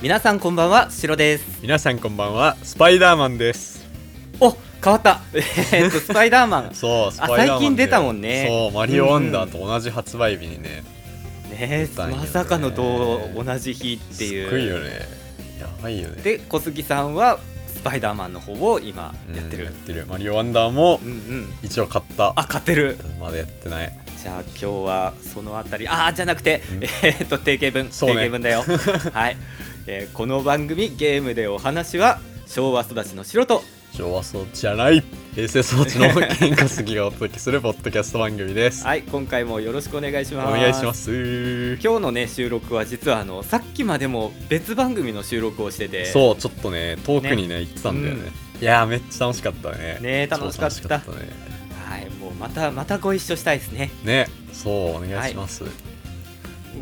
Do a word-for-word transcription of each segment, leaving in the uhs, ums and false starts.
皆さんこんばんは、シロです。 皆さんこんばんは、スパイダーマンです。 お、変わったえーっとスパイダーマンそうスパイダーマン最近出たもんね。 そうマリオワンダーと同じ発売日にね、 うん、ねえ、まさかのと同じ日っていう。 すごいよね、やばいよね。 で、小杉さんはスパイダーマンの方を今やってる、うん、 やってる。マリオワンダーも一応買った、うんうん、 あ、買ってる。 まだやってない。 じゃあ今日はそのあたり、あーじゃなくて、うん、えー、っと定型文、ね、定型文だよはい、えー、この番組ゲームでお話は昭和育ちのシロと昭和育ちじゃない平成育ちの喧嘩杉がお届けするポッドキャスト番組ですはい、今回もよろしくお願いします。 お願いします。 今日のね収録は実はあのさっきまでも別番組の収録をしてて、 そうちょっとね遠くにね、ね行ってたんだよね、うん、いやーめっちゃ楽しかったね。 ね、楽しかった。 ね、 はい、もうまたまたご一緒したいですね。 ね、そうお願いします、はい、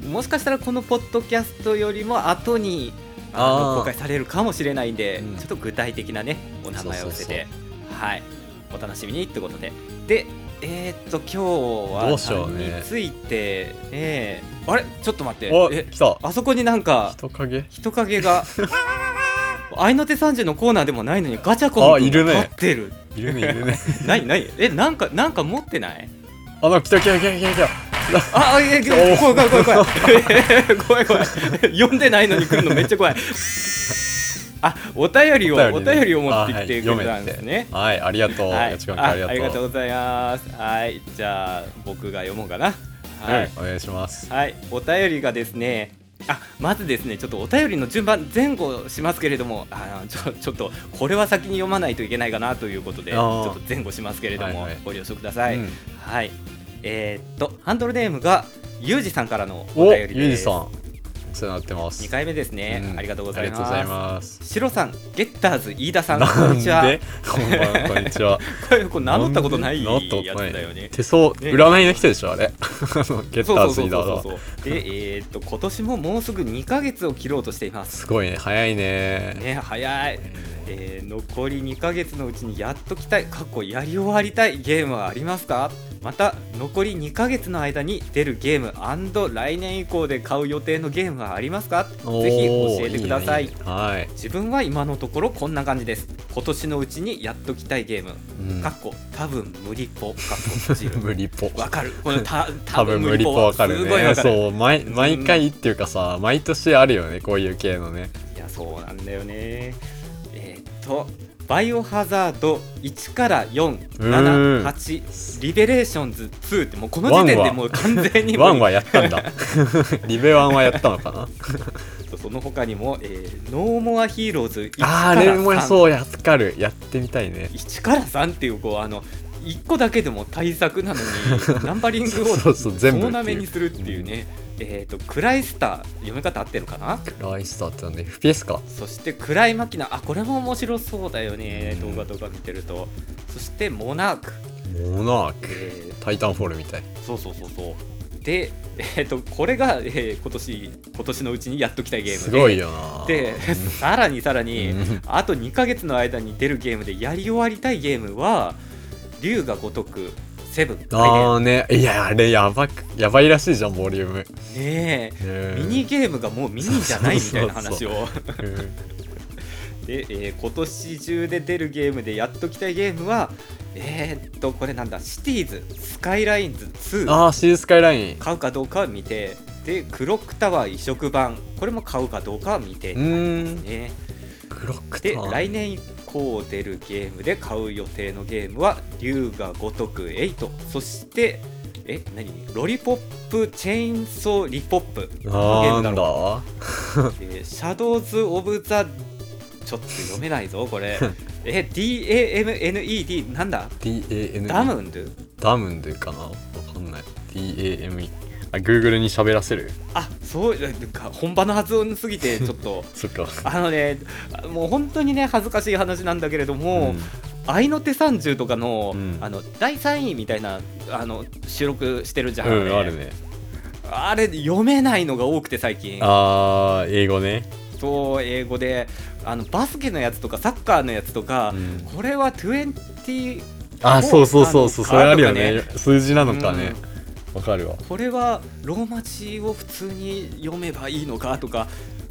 もしかしたらこのポッドキャストよりも後にあの公開されるかもしれないんで、うん、ちょっと具体的なねお名前を伏せて、はい、お楽しみにってことで。で、えー、っと今日は何についてね、ね、あれちょっと待って、 え来た。 あそこになんか人影人影が合いの手さんじゅうのコーナーでもないのにガチャコンが立ってる。 いるねいるね何何え、なんかなんか持ってない？ あの来た来た来た来た来たああ、いや、怖い怖い怖い怖い怖い怖い呼んでないのに来るのめっちゃ怖いあ、お便りをお便りを持ってきてくれたんですね。 はい、ありがとう、 はい、 ありがとう。ありがとうございます。はい、じゃあ僕が読もうかな。 はい、お願いします。 はい、お便りがですね、あ、まずですね、ちょっとお便りの順番前後しますけれども、あちょ、ちょっとこれは先に読まないといけないかなということでちょっと前後しますけれども、はいはい、ご了承ください、うん、はい。えー、っとハンドルネームがゆうじさんからのお便りです。 ゆうじさんお世話になってます。 にかいめですね、うん、ありがとうございます。 ありがとうございます。 シロさん、ゲッターズ飯田さん、こんにちは。 こんばんは、こんにちはこれこれ名乗ったことないやつだよね。 手相、ね、占いの人でしょあれゲッターズ飯田は。 で、えー、っと今年ももうすぐにかげつを切ろうとしています。 すごいね、早いね。 ね、早い。えー、残りにかげつのうちにやっときたい、過去やり終わりたいゲームはありますか？また残りにかげつの間に出るゲーム&来年以降で買う予定のゲームはありますか？ぜひ教えてください。いいね、 はい、 自分は今のところこんな感じです。今年のうちにやっときたいゲーム、うん、かっこ多分無理ぽかっこ無理ぽわかる。このた多分無理ぽわかるね。すごいわかる。そう 毎, 毎回っていうかさ、うん、毎年あるよねこういう系のね。 いやそうなんだよね。えー、っとバイオハザードいちからよん、なな、はち、リベレーションズツーってもうこの時点でもう完全にワンはやったんだリベワンはやったのかなその他にも、えー、ノーモアヒーローズいちからさん、 あれもそうやっかるやってみたいね。 いちからさんっていうこうあのいっこだけでも対策なのにナンバリングを総なめにするっていうね。えーとクライスター、読み方合ってるかな。 クライスターってなんで エフピーエス か。 そしてクライマキナ、あ、これも面白そうだよね、動画とか見てると。そしてモナークモナーク、えー、タイタンフォールみたい。 そうそうそうそうで、えー、とこれが、えー、今年今年のうちにやっときたいゲームですごいよな。 でさらにさらにあとにかげつの間に出るゲームでやり終わりたいゲームは龍が如くセブン。 あーね、いやあれやばくやばいらしいじゃんボリュームねえ、ミニゲームがもうミニじゃないみたいな話をで、えー、今年中で出るゲームでやっときたいゲームはえー、っとこれなんだ、シティーズスカイラインズツー。 あーシティーズスカイライン買うかどうかは見て、でクロックタワー移植版、これも買うかどうかは見てですね。 クロックタワーで来年以降出るゲームで買う予定のゲームは龍が如くエイト、そしてえ何ロリポップチェーンソーリポップのゲームだろうえー、シャドウズ・オブ・ザちょっと読めないぞこれえ ディー エー エム エヌ イー ディー なんだディー エー エヌダムンドゥダムンドゥかな、わかんない。 ディー エー エム イー あ、Google に喋らせる。 あ、そうか、本場の発音すぎてちょっとそっか。 あのね、もう本当にね恥ずかしい話なんだけれども、うん、合いの手さんじゅうとかの、うん、あのだいさんいみたいなあの収録してるじゃん、 うん、あるね。 あれ読めないのが多くて最近。 あー、英語ね。 そう、英語であのバスケのやつとかサッカーのやつとか、うん、これはにじゅうあ、そうそうそうそう、それあるよね。数字なのかね。わ、うん、かるわ。 これはローマ字を普通に読めばいいのかとか、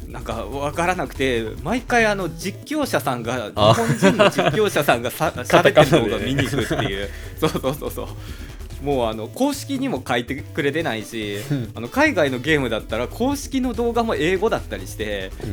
なんか分からなくて、毎回あの実況者さんが日本人の実況者さんがさ喋ってる動画見に行くっていうそうそうそうそう、もうあの公式にも書いてくれてないしあの海外のゲームだったら公式の動画も英語だったりして、うん、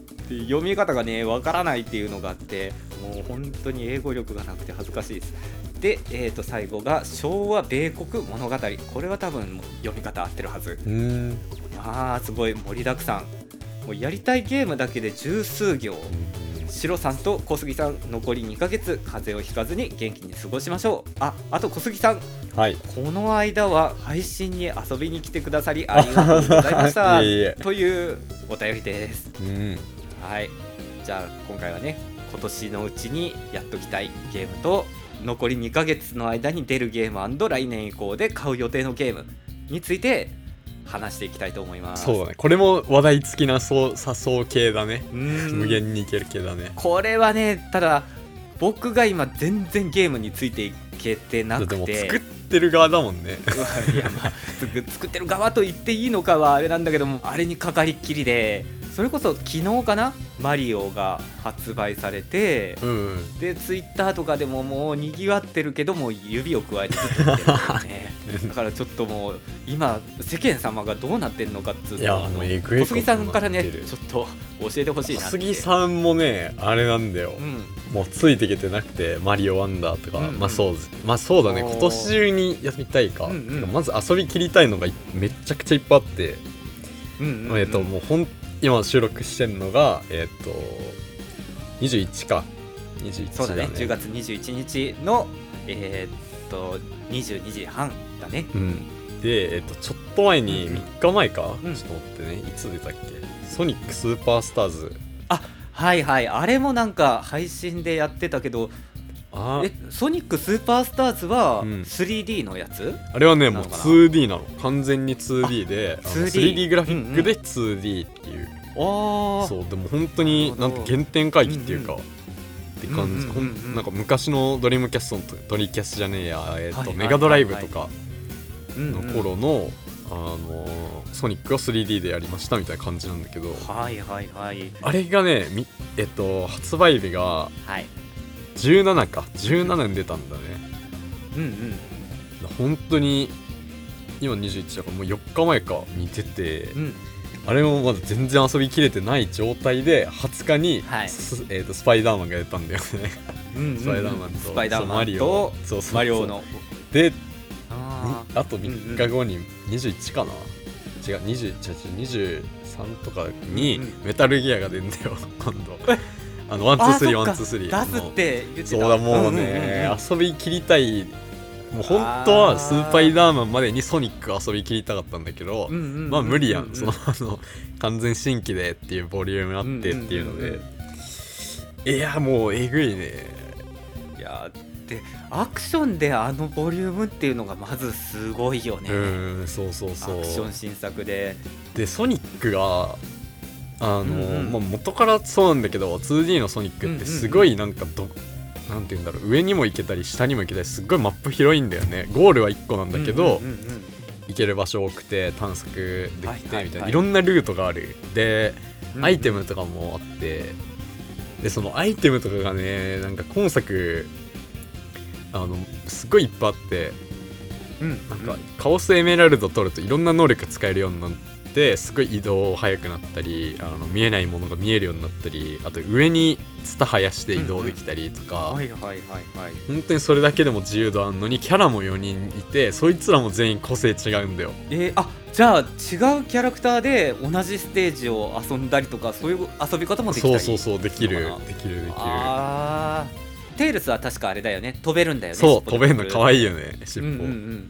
で読み方がね分からないっていうのがあって、もう本当に英語力がなくて恥ずかしいです。で、えー、と最後が昭和米国物語。これは多分読み方合ってるはず。うん、あーすごい盛りだくさん。もうやりたいゲームだけで十数行。シロさんと小杉さん残りにかげつ風邪をひかずに元気に過ごしましょう。あ、あと小杉さん、はい、この間は配信に遊びに来てくださりありがとうございましたいえいえというお便りです、うん、はい。じゃあ今回はね、今年のうちにやっときたいゲームと残りにかげつの間に出るゲーム&来年以降で買う予定のゲームについて話していきたいと思います。 そうだね、これも話題付きなそう誘う系だね。無限にいける系だね。 これはね、ただ僕が今全然ゲームについていけてなくて、 でも作ってる側だもんねいや、まあ、作ってる側と言っていいのかはあれなんだけども、あれにかかりっきりで、それこそ昨日かな、マリオが発売されて、うんうん、でツイッターとかでももうにぎわってるけども指を加えてずっと見てるんだよねだからちょっともう今世間様がどうなってるのかっつうのを小杉さんからねちょっと教えてほしいなって。 小杉さんもねあれなんだよ、うん、もうついてきてなくて、マリオワンダーとか、うんうん、まあそうまあそうだね、今年中にやりたいか、うんうん、まず遊び切りたいのがめちゃくちゃいっぱいあって、うんうんうん、えっともうほん今収録してるのがえっとにじゅういちかにじゅういちだね。 そうだね、じゅうがつにじゅういちにちのえー、っとにじゅうにじはんだね、 うん、で、えっと、ちょっと前にみっかまえか、うん、ちょっと待ってね、いつ出たっけ、ソニックスーパースターズ。 あ、はいはい、あれもなんか配信でやってたけど、あえソニックスーパースターズは スリーディー のやつ、うん、 あれはねもう ツーディー なの、完全に ツーディー で スリーディー グラフィックで ツーディー っていう、うんうん、そうでも本当になんか原点回帰っていうか、うんうんって感じ、うんうんうんうん、なんか昔のドリームキャストのドリキャスじゃねえや、えーとはいはいはいはい、メガドライブとかの頃の、うんうん、あのー、ソニックを スリーディー でやりましたみたいな感じなんだけど、 はいはいはい、 あれがね、えっと、発売日がじゅうななか、じゅうななに出たんだね。うんうん。本当に今にじゅういちだからもうよっかまえかに出て、うん、あれもまだ全然遊びきれてない状態ではつかに、はい、ス, えー、とスパイダーマンが出たんだよねうんうん、うん、スパイダーマンとスパイダーマンとそうそうそうマリオので あ, あとみっかごににじゅういちかな、違うにじゅう、にじゅうさんとかにメタルギアが出るんだよ今度あのワンツースリーワンツースリー出すって言ってた。 そうだもうね、うんうんうん、遊びきりたい。もう本当はスーパイダーマンまでにソニック遊びきりたかったんだけど、うんうんうんうん、まあ無理やん、そのあの完全新規でっていうボリュームあってっていうので、うんうんうんうん、いやもうえぐいね。 いやでアクションであのボリュームっていうのがまずすごいよね。 うんそうそうそう、 アクション新作ででソニックがあの、うんうんまあ、元からそうなんだけど ツーディー のソニックってすごいなんかど、うんうんうんなんて言うんだろう、上にも行けたり下にも行けたりすっごいマップ広いんだよね。ゴールはいっこなんだけど、うんうんうんうん、行ける場所多くて探索できてみたいな、はいはいはい、いろんなルートがある。で、うんうん、アイテムとかもあってでそのアイテムとかがねなんか今作あのすごいいっぱいあって、うんうん、なんかカオスエメラルド取るといろんな能力使えるようになってすごい移動早くなったりあの見えないものが見えるようになったりあと上にツタ生やして移動できたりとか、うんうん、はいはいはいはい本当にそれだけでも自由度あんのにキャラもよにんいてそいつらも全員個性違うんだよ。 えー、あじゃあ違うキャラクターで同じステージを遊んだりとかそういう遊び方もできたりそうそうそうできるできるできる。 あテイルスは確かあれだよね飛べるんだよね。 そう飛べるの可愛いよね尻尾、うんうんうん、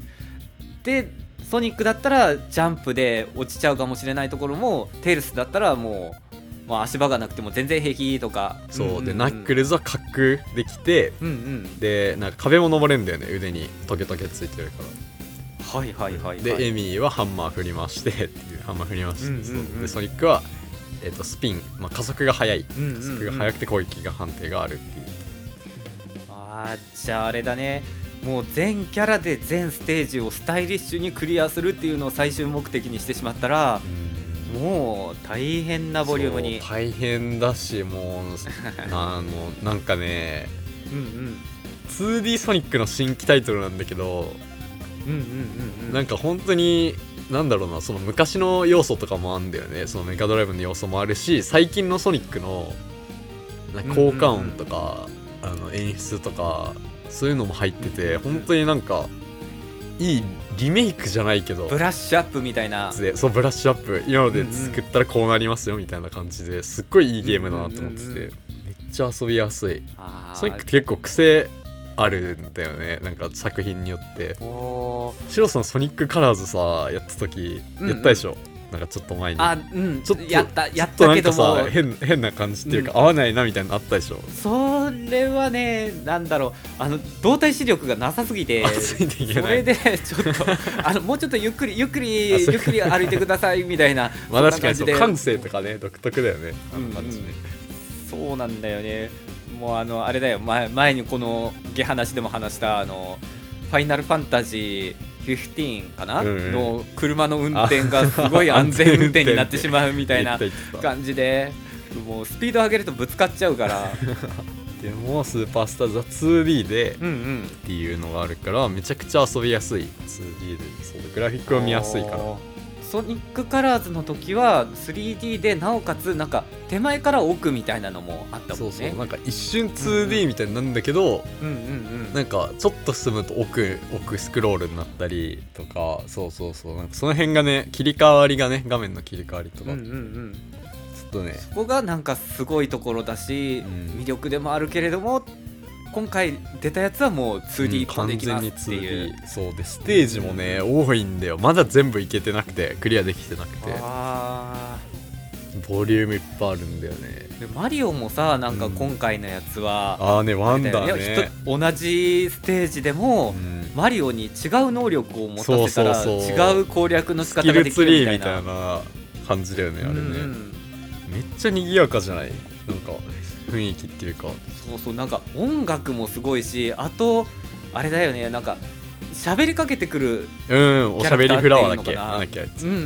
でソニックだったらジャンプで落ちちゃうかもしれないところもテイルスだったらもう、まあ、足場がなくても全然平気とかそう、うんうんうん、でナックルズは滑空できて、うんうん、でなんか壁も登れるんだよね腕にトゲトゲついてるからはいはいはい、はい、 でエミーはハンマー振り回してっていうハンマー振り回して、うんうんうん、でソニックは、えー、とスピン、まあ、加速が速い、うんうんうん、加速が速くて攻撃が判定があるっていう。 あーじゃああれだねもう全キャラで全ステージをスタイリッシュにクリアするっていうのを最終目的にしてしまったらもう大変なボリュームに。 そう大変だし、もうあのなんかねうんうんツーディー ソニックの新規タイトルなんだけど、 うんうんうんうんなんか本当になんだろうな、その昔の要素とかもあるんだよね。そのメガドライブの要素もあるし、最近のソニックのなんか効果音とか、あの演出とかそういうのも入ってて、本当になんかいいリメイクじゃないけどブラッシュアップみたいな。 でそうブラッシュアップ、今ので作ったらこうなりますよみたいな感じですっごいいいゲームだなと思ってて、 うんうんうんうん、 めっちゃ遊びやすい。 あソニックって結構癖あるんだよね、なんか作品によって。 おシロさんソニックカラーズさやった時、 うんうん、 やったでしょ、なんかちょっと前に。 あうんちょっとやったやったけどもちょっとなんかさ 変, 変な感じっていうか、うん、合わないなみたいなのあったでしょ。 それはね、なんだろう、あの動体視力がなさすぎて、 ついていけない。 それでちょっとあのもうちょっとゆっくりゆっくりゆっくり歩いてくださいみたいなまあ確かにそう感性とかね独特だよね、あの感じね、 うんうん、そうなんだよね。もうあのあれだよ、前前にこのゲ話でも話したあのファイナルファンタジーじゅうごかな、うんうん、の車の運転がすごい安全運転になってしまうみたいな感じで、もうスピード上げるとぶつかっちゃうからでもスーパースターズは ツーディー でっていうのがあるからめちゃくちゃ遊びやすい。 ツーディー でそうグラフィックを見やすいから。 ソニックカラーズの時は スリーディー でなおかつなんか手前から奥みたいなのもあったもんね。 そうそう、なんか一瞬 ツーディー みたいになるんだけど、 うんうんうん、 なんかちょっと進むと奥奥スクロールになったりとか、そうそうそう、なんかその辺がね切り替わりがね、画面の切り替わりとか、うんうんうん、ちょっとねそこがなんかすごいところだし、うん、魅力でもあるけれども、今回出たやつはもう ツーディー 一本できますっていう、うん、 そうでステージもね、うん、多いんだよ。まだ全部いけてなくてクリアできてなくて、 あボリュームいっぱいあるんだよね。 でマリオもさ、なんか今回のやつは、 うん、ああねワンダーね、 同じステージでも、うん、マリオに違う能力を持たせたらそうそうそう違う攻略の仕方ができるみたいなスキルツリーみたいな感じだよね、あれね、うん、めっちゃ賑やかじゃない、なんか雰囲気っていうか、 そうそう、なんか音楽もすごいし、あとあれだよね、なんか喋りかけてくるキャラクターっていうのかな、うん、おしゃべりフラワーだっけ、なんだっけあいつ、 うんうんうん、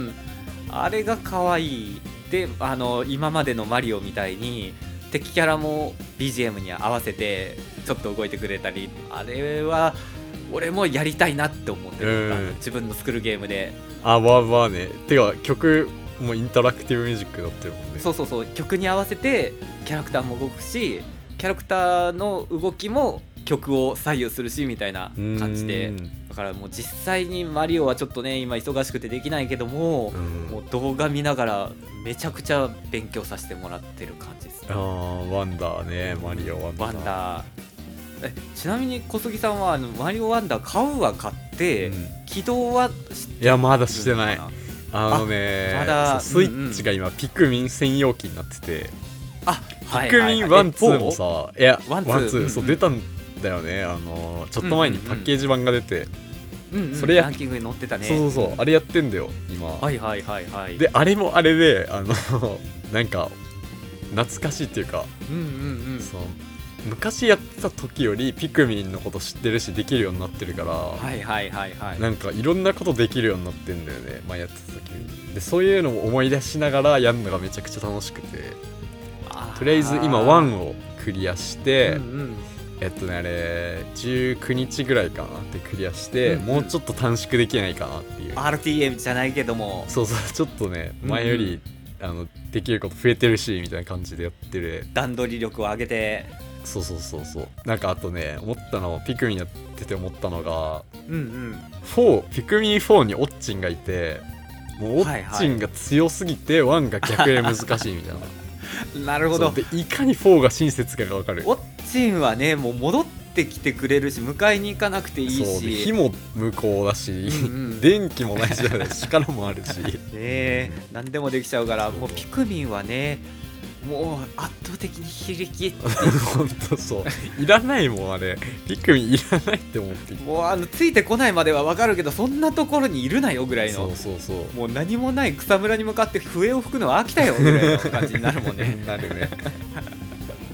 あれが可愛い。で、あの今までのマリオみたいに敵キャラも ビージーエム に合わせてちょっと動いてくれたり、あれは俺もやりたいなって思ってる、うん、自分の作るゲームで。 あ、わーわーね。てか曲もインタラクティブミュージックだってるもんね。 そうそうそう、曲に合わせてキャラクターも動くし、キャラクターの動きも曲を左右するしみたいな感じで、だからもう実際にマリオはちょっとね今忙しくてできないけども、もう動画見ながらめちゃくちゃ勉強させてもらってる感じです、ね、 あーワンダーね、マリオワンダー、 ワンダーえちなみに小杉さんはあのマリオワンダー買うは買って、うん、起動はしていやまだしてない。あのねまだスイッチが今、うんうん、ピクミン専用機になってて、 あピクミンワンツーもさ、いやワンツーそう出たんだよね。あのちょっと前にパッケージ版が出て、 うんうん、 それやランキングに載ってたね。 そうそうそう、あれやってんだよ今。 はいはいはいはい。 であれもあれであのなんか懐かしいっていうか、 うんうんうん、 そう昔やってた時よりピクミンのこと知ってるしできるようになってるから、 はいはいはいはい、 なんかいろんなことできるようになってんだよね、前やってた時に。でそういうのも思い出しながらやるのがめちゃくちゃ楽しくて、とりあえず今ワンをクリアして、うんうん、えっとねあれじゅうくにちぐらいかなってクリアして、うんうん、もうちょっと短縮できないかなっていうアールティーエム じゃないけども、 そうそうちょっとね前より、うんうん、あのできること増えてるしみたいな感じでやってる。 段取り力を上げて、 そうそうそうそう、なんかあとね思ったのピクミンやってて思ったのが、 うんうん、 フォーピクミンフォーにオッチンがいて、もうオッチンが強すぎてワンが逆に難しいみたいななるほど。 でいかにフォーが親切かが分かる。 オッチンはねもう戻ってきてくれるし迎えに行かなくていいし、 そうで火も無効だし、うん、うん、電気もないし力もあるしね何でもできちゃうから、もうピクミンはねもう圧倒的に非力って本当そういらないもんあれ、ピクミンいらないって思ってもうあのついてこないまでは分かるけど、そんなところにいるなよぐらいの、 そうそうそう、 もう何もない草むらに向かって笛を吹くのは飽きたよぐらいの感じになるもんねなるね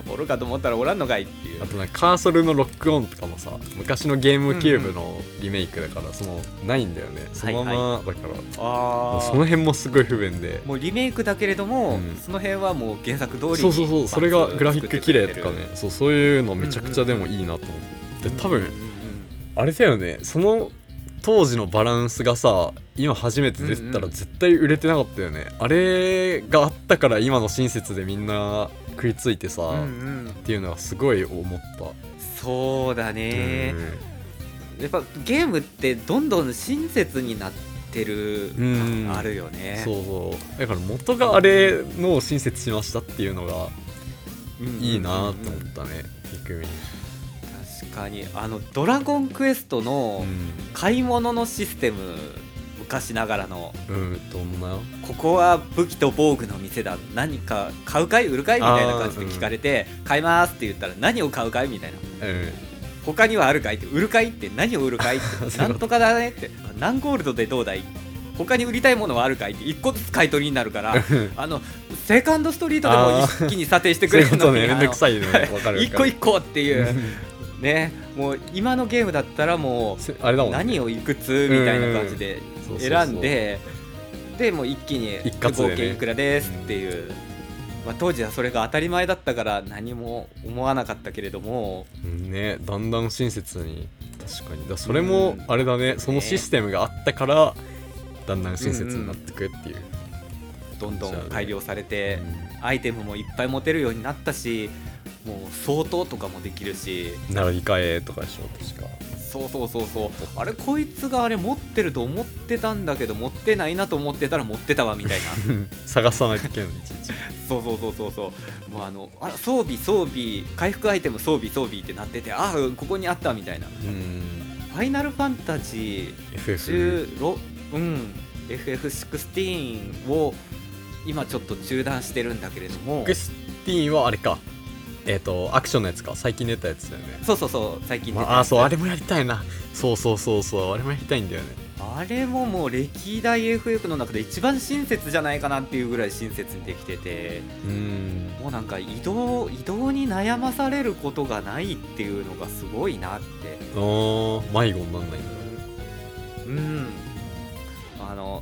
おるかと思ったらおらんのかいっていう。 あとなんかカーソルのロックオンとかもさ昔のゲームキューブのリメイクだから、そのないんだよね、そのまま、はいはい、だからあその辺もすごい不便で、 もうリメイクだけれども、うん、その辺はもう原作通りにそうそうそう、それがグラフィック綺麗とかね、そうそういうのめちゃくちゃでもいいなと思って、うんうん、で多分、うんうんうん、あれだよね、その当時のバランスがさ今初めて出てたら絶対売れてなかったよね、うんうん、あれがあったから今の親切でみんな食いついてさ、うんうん、っていうのはすごい思った。 そうだね、うん、やっぱゲームってどんどん親切になってる感あるよね、 うん、そうそうだから元があれの親切しましたっていうのがいいなと思ったね、逆に。 確かにあのドラゴンクエストの買い物のシステム、昔ながらの、 うん、どんなここは武器と防具の店だ、何か買うかい売るかいみたいな感じで聞かれて、うん、買いますって言ったら何を買うかいみたいな、うん、他にはあるかいって、売るかいって何を売るかいってなんとかだねって何ゴールドでどうだい、他に売りたいものはあるかいっていっこずつ買い取りになるからあのセカンドストリートでも一気に査定してくれるのに、 めんどくさいね、分かる一個一個っていうね、もう今のゲームだったらもうあれだもん、ね、何をいくつみたいな感じで選んで、でもう一気に合計いくらですっていう、まあ、当時はそれが当たり前だったから何も思わなかったけれども、 ね、だんだん親切に、確かにだそれもあれだね、うん、そのシステムがあったからだんだん親切になってくっていう、 うんうん、どんどん改良されて、うん、アイテムもいっぱい持てるようになったし、もう相当とかもできるし、 並び替えとかでしょ確か。 そうそうそうそう、あれこいつがあれ持ってると思ってたんだけど持ってないなと思ってたら持ってたわみたいな探さなきゃいけないいちいちそうそうそうそうそう、もうあのあ装備装備回復アイテム装備装備ってなってて、ああここにあったみたいな。うん、ファイナルファンタジーエフエフうん エフエフじゅうろく を今ちょっと中断してるんだけれども、 じゅうろくはあれか、えっとアクションのやつか、最近出たやつだよね。 そうそうそう最近出たやつ、 まあ、あそうあれもやりたいな、そうそうそうそうあれもやりたいんだよね。 あれももう歴代 エフエフ の中で一番親切じゃないかなっていうぐらい親切にできてて、うん、もうなんか移動移動に悩まされることがないっていうのがすごいなって。 あー迷子になんないんだ。 うん、あの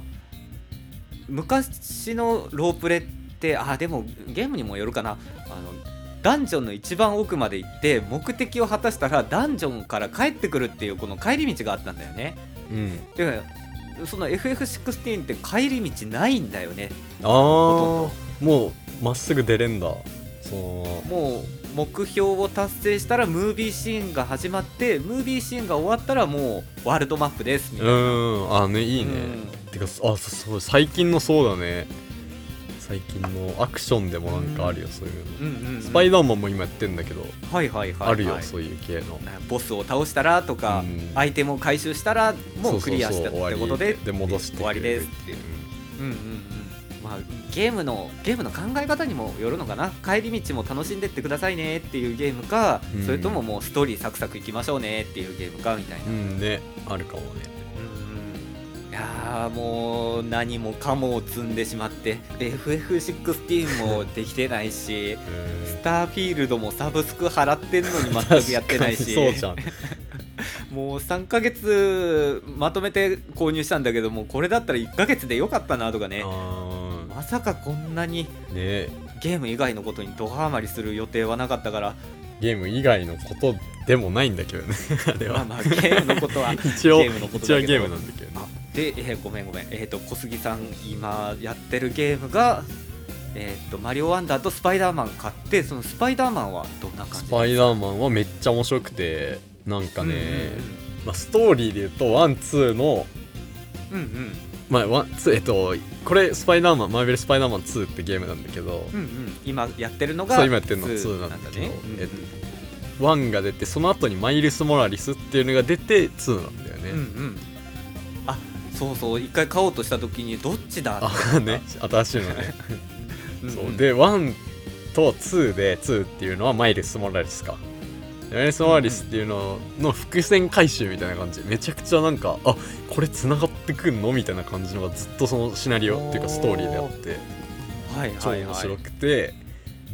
昔のロープレってあでもゲームにもよるかな、あのダンジョンの一番奥まで行って目的を果たしたらダンジョンから帰ってくるっていうこの帰り道があったんだよね。うん、でその エフエフじゅうろく って帰り道ないんだよね。 ああもうまっすぐ出れんだ。 そうもう目標を達成したらムービーシーンが始まって、ムービーシーンが終わったらもうワールドマップですみたいな。 うんあねいいね、うん、てかあそそう最近のそうだね、最近のアクションでもなんかあるよ、うん、そういうの、うんうんうん、スパイダーマンも今やってんだけど、 はいはいはいはい、 あるよそういう系のボスを倒したらとか、うん、アイテムを回収したらもうクリアしたってことでで戻して終わりですっていう、うんうんうん、まあ、ゲームのゲームの考え方にもよるのかな。帰り道も楽しんでってくださいねっていうゲームか、うん、それとももうストーリーサクサクいきましょうねっていうゲームかみたいな、 うんね、あるかもね。 うん、いやもう何もかもを積んでしまって エフエフじゅうろく もできてないしスターフィールドもサブスク払ってんのに全くやってないしそうじゃんもうさんかげつまとめて購入したんだけども、これだったらいっかげつでよかったなとかね、まさかこんなに、ね、ゲーム以外のことにドハマりする予定はなかったから。 ゲーム以外のことでもないんだけどねあれは、 まあ、まあゲームのことは一応ゲームのことだけど一応ゲームなんだけどね。 で、えー、ごめんごめん、えーと小杉さん今やってるゲームがえーとマリオワンダーとスパイダーマン買って、そのスパイダーマンはどんな感じですか？ スパイダーマンはめっちゃ面白くて、なんかね、うんうんうんまあ、ストーリーで言うとワンツーのうんうんまあ、ワンツーえっとこれスパイダーマンマーベルスパイダーマンツーってゲームなんだけど、うんうん、 今やってるのがそう今やってるのツーなんだけど、ねうんうんえっと、ワンが出てその後にマイルス・モラリスっていうのが出てツーなんだよね、うんうん、 あそうそう一回買おうとした時にどっちだってあね新しいのねうん、うん、そうでワンとツーでツーっていうのはマイルス・モラリスかマイルス・モラリスっていうのの伏線回収みたいな感じ、めちゃくちゃなんかあこれ繋がってくんのみたいな感じのがずっとそのシナリオっていうかストーリーであって、はいはいはい、超面白くて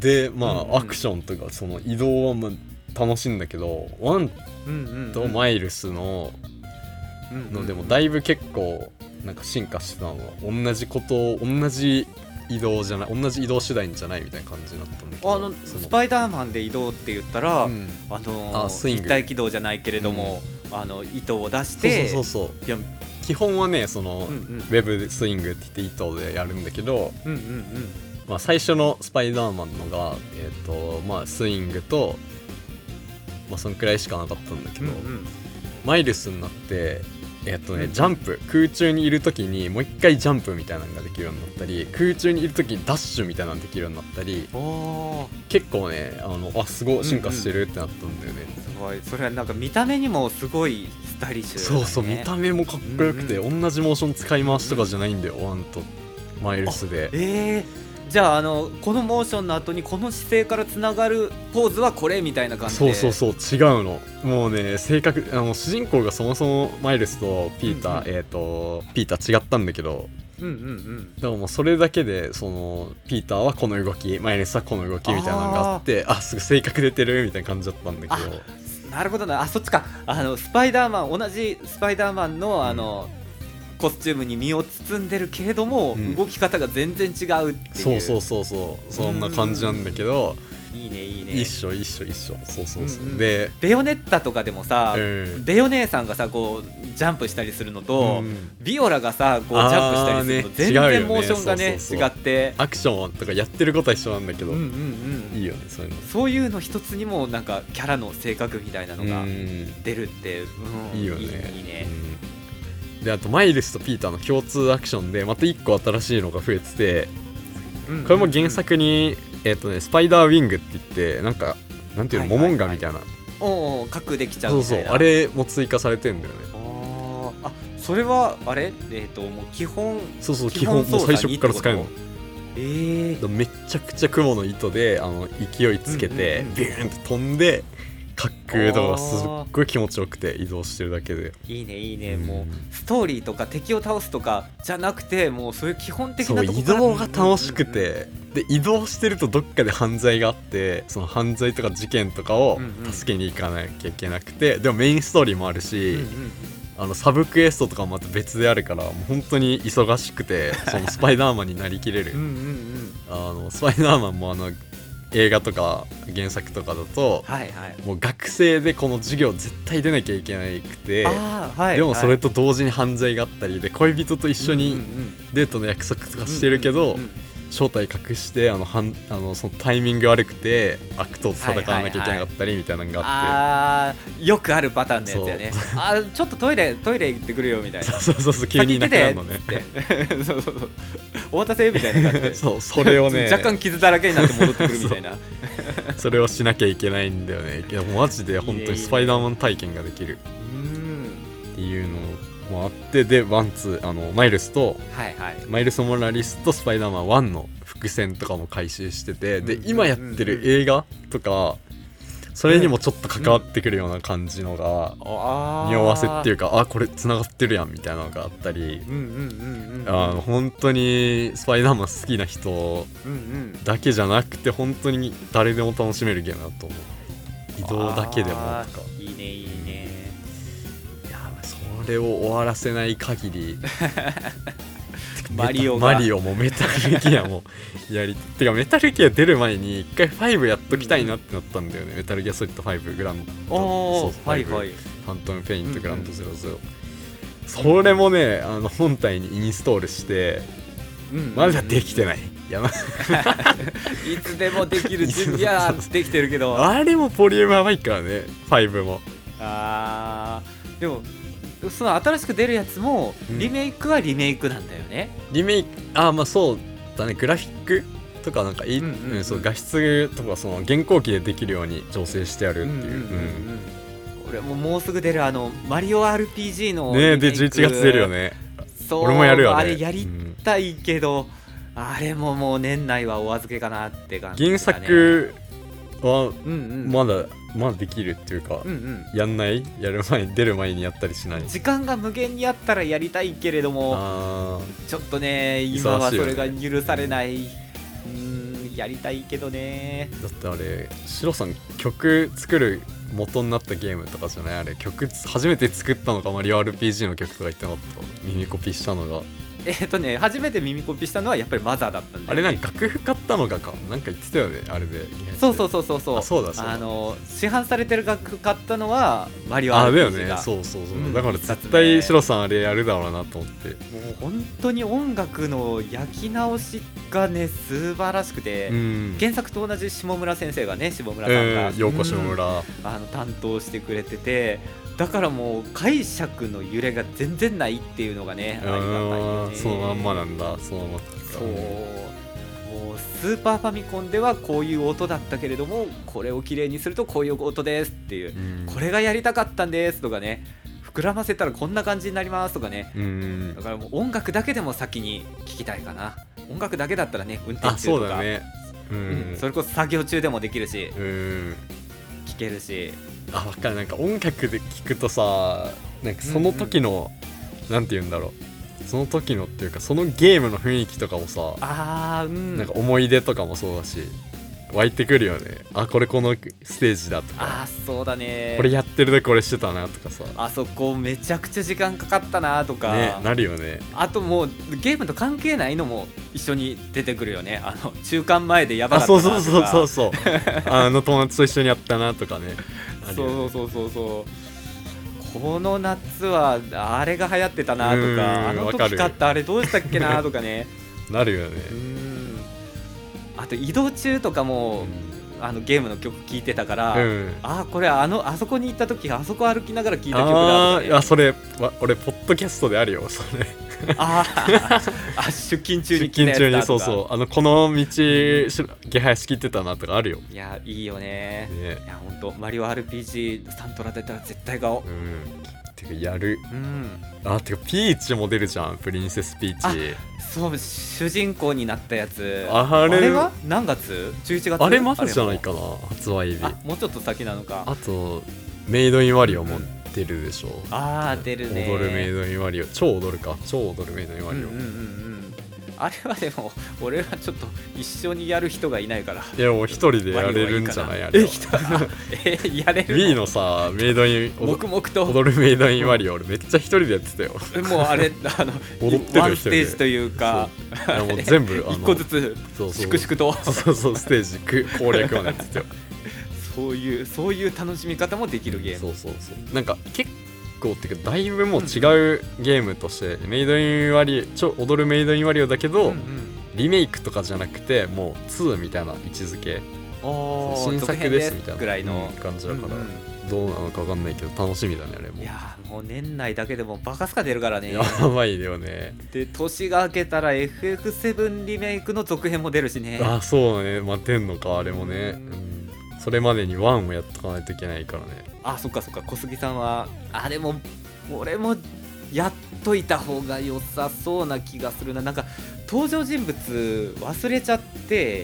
でまあ、 うんうん、 アクションとかその移動はまあ楽しいんだけどワンとマイルスの、のでもだいぶ結構なんか進化してたのは同じことを同じ移動じゃない同じ移動手段じゃないみたいな感じになったんだけど、 あのスパイダーマンで移動って言ったら、うん、あのあスイング立体軌道じゃないけれども、うん、あの糸を出してそうそうそうそういや基本はねその、うんうん、ウェブスイングって言って糸でやるんだけど、うんうんうんまあ、最初のスパイダーマンのが、えーとまあ、スイングと、まあ、そのくらいしかなかったんだけど、うんうん、マイルスになってえっとね、ジャンプ空中にいる時にもう一回ジャンプみたいなのができるようになったり空中にいる時にダッシュみたいなのができるようになったり結構ねあのあすごい進化してるってなったんだよね、 うんうん、すごいそれはなんか見た目にもすごいスタイリッシュだね。 そうそう見た目もかっこよくて、うんうん、同じモーション使い回しとかじゃないんだよ、うんうん、ワンとマイルスで。 えーじゃあ、あのこのモーションの後にこの姿勢からつながるポーズはこれみたいな感じで。 そうそうそう違うのもうね性格あの主人公がそもそもマイルスとピーター、うんうん、えっ、ー、とピーター違ったんだけど、うんうんうん、でももうそれだけでそのピーターはこの動きマイルスはこの動きみたいなのがあってあすぐ性格出てるみたいな感じだったんだけど。 なるほどなあそっちかあのスパイダーマン同じスパイダーマンのあの、うんコスチュームに身を包んでるけれども、うん、動き方が全然違うっていう。 そうそうそうそうそんな感じなんだけどいいねいいね一緒一緒一緒そうそうそう、うんうん、でベヨネッタとかでもさ、うん、ベヨ姉さんがさこうジャンプしたりするのと、うん、ビオラがさこうジャンプしたりするの、ね、全然モーションがね、ね、そうそうそう違ってアクションとかやってることは一緒なんだけど、うんうんうん、いいよねそういうのそういうの一つにもなんかキャラの性格みたいなのが出るって、 うん、いいよねいい、いいね、うんであとマイルスとピーターの共通アクションでまたいっこ新しいのが増えてて、うんうんうん、これも原作に、えーとね、スパイダーウィングって言ってなんかなんていうの、はいはいはい、モモンガみたいなおお核できちゃうみたいなそうそうあれも追加されてんだよね。 ああそれはあれえっ、ー、ともう基本そうそう基本もう最初から使えるの。 えー、 めちゃくちゃ雲の糸であの勢いつけて、うんうんうん、ビューンと飛んで滑空とかすっごい気持ちよくて移動してるだけでいいねいいね、うん、もうストーリーとか敵を倒すとかじゃなくてもうそういう基本的なところそう移動が楽しくて、うんうんうん、で移動してるとどっかで犯罪があってその犯罪とか事件とかを助けに行かなきゃいけなくて、うんうん、でもメインストーリーもあるし、うんうん、あのサブクエストとかもまた別であるからもう本当に忙しくてそのスパイダーマンになりきれるうんうん、うん、あのスパイダーマンもあの映画とか原作とかだと、はいはい、もう学生でこの授業絶対出なきゃいけなくて、はい、でもそれと同時に犯罪があったりで恋人と一緒にデートの約束とかしてるけど、うんうんうんうん、正体隠してあのはんあのそのタイミング悪くて悪党と戦わなきゃいけなかったりみたいなのがあって、 はいはいはい、あよくあるパターンのやつやねあちょっとトイレトイレ行ってくるよみたいなそうそうそう急にいなくなるのねそうそうそうお待たせみたいな感じでそうそれをね若干傷だらけになって戻ってくるみたいなそ, それをしなきゃいけないんだよね。いやマジで本当にスパイダーマン体験ができるっていうのもあってでワンツーあのマイルスと、はいはい、マイルス・モラリスとスパイダーマンワンの伏線とかも回収しててで今やってる映画とかそれにもちょっと関わってくるような感じのが匂わせっていうかあこれつながってるやんみたいなのがあったり本当にスパイダーマン好きな人だけじゃなくて本当に誰でも楽しめるゲームだと思う。移動だけでもとかいいねいいね。 いやそれを終わらせない限りマリオがマリオもメタルギアもやりてかメタルギア出る前に一回ファイブやっときたいなってなったんだよね、うん、メタルギアソリッドファイブグランドおーはいはいファントムペイントグランドゼロゼロ、うんうん、それもねあの本体にインストールして、うんうんうん、まだできてないやばいつでもできる準備はできてるけどあれもボリュームやばいからねファイブもあーでもその新しく出るやつもリメイクはリメイクなんだよね、 うん、リメイクあまあそうだねグラフィックとかなんかいい、うんうんうん、そう画質とかその現行機でできるように調整してあるっていう、うんうんうんうん、 俺ももうすぐ出るあのマリオ アールピージー のねでじゅういちがつ出るよね。 そう俺もやるよね。 あれやりたいけど、うん、あれももう年内はお預けかなって感じ、 ね、原作はまだ、うんうん、まだできるっていうか、うんうん、やんないやる前に出る前にやったりしない。 時間が無限にあったらやりたいけれどもちょっとね今はそれが許されない、うんやりたいけどね。 だってあれシロさん曲作る元になったゲームとかじゃない？あれ曲初めて作ったのがマリオ アールピージー の曲とか言ってなかった？耳コピーしたのが。 えっとね初めて耳コピしたのはやっぱりマザーだったんで、ね、 あれなんか楽譜買ったのかかなんか言ってたよねあれで。 そうそうそうそうそう。 あそうだそうだ。 あの市販されてる楽譜買ったのはマリオあアールピーだジー が。 よね。そうそうそう、 うん、 だから絶対シロさんあれやるだろうなと思って。もう本当に音楽の焼き直しがね素晴らしくて、うん、原作と同じ下村先生がね下村さんが、 えー、ようこ下村、うん、 あの担当してくれてて、だからもう解釈の揺れが全然ないっていうのがねありがたいよね。 そのまんまなんだ。そのまま。 そうもうスーパーファミコンではこういう音だったけれどもこれをきれいにするとこういう音ですっていう、うん、これがやりたかったんですとかね、膨らませたらこんな感じになりますとかね、うん、だからもう音楽だけでも先に聞きたいかな。音楽だけだったらね運転中とか、 そうだね、 うんうん、それこそ作業中でもできるし、 うん、 聴けるし。 あ分かる。なんか音楽で聴くとさなんかその時の、うんうん、なんて言うんだろう、その時のっていうかそのゲームの雰囲気とかもさ、 あ、うん、 なんか思い出とかもそうだし湧いてくるよね。あこれこのステージだとか、 あそうだね、 これやってるでこれしてたなとかさ、 あそこめちゃくちゃ時間かかったなとか、 ね、なるよね。 あともうゲームと関係ないのも一緒に出てくるよね。あの中間前でやばかったなとか、 あそうそうそうそうそうあの友達と一緒にやったなとかねそうそうそうそう、この夏はあれが流行ってたなとか、あの時買ったあれどうしたっけなとかねなるよね。 うん、あと移動中とかも、うん、あのゲームの曲聴いてたから、うん、あこれあのあそこに行った時あそこ歩きながら聴いた曲だとか、ね、 ああそれ俺ポッドキャストであるよそれああ出勤中に出勤中にそうそうあのこの道ゲハヤシ聞いてたなとかあるよ。 いやいいよ ね, ねいや本当マリオ アールピージー サントラ出たら絶対買おう。うんてかやる、 うん、 あてかピーチも出るじゃん。プリンセスピーチ。 そう主人公になったやつ。 あれ、 あれは何月 ?じゅういち 月。 あれまだじゃないかな発売日。 あもうちょっと先なのか。 あとメイドインワリオも出るでしょ、うん、 ああ出るね。 踊るメイドインワリオ超踊るか超踊るメイドインワリオ、 うんうんうんうん、あれはでも俺はちょっと一緒にやる人がいないから。 いやもう一人でやれるんじゃない。あれはええやれるの Wii のさメイドイン黙々と踊るメイドインワリオ俺めっちゃ一人でやってたよもうあれあの踊ってるワンステージというかいやもう全部一個ずつ粛々とそうそうステージ攻略までやってたよそういうそういう楽しみ方もできるゲーム。 そうそうそうなんか結構っていうかだいぶもう違うゲームとして、うん、メイドインワリオ超踊るメイドインワリオだけど、うんうん、リメイクとかじゃなくてもうツーみたいな位置づけ、新作ですみたいなぐらいの感じだから、うんうん、どうなのか分かんないけど楽しみだねあれも。 いやもう年内だけでもバカスカ出るからね。 やばいよね。 で年が明けたら エフエフセブン リメイクの続編も出るしね。 あそうね待てんのかあれもね、うん、それまでにワンをやっとかないといけないからね。 あそっかそっか小杉さんはあれも俺もやっといた方が良さそうな気がするな。なんか登場人物忘れちゃって、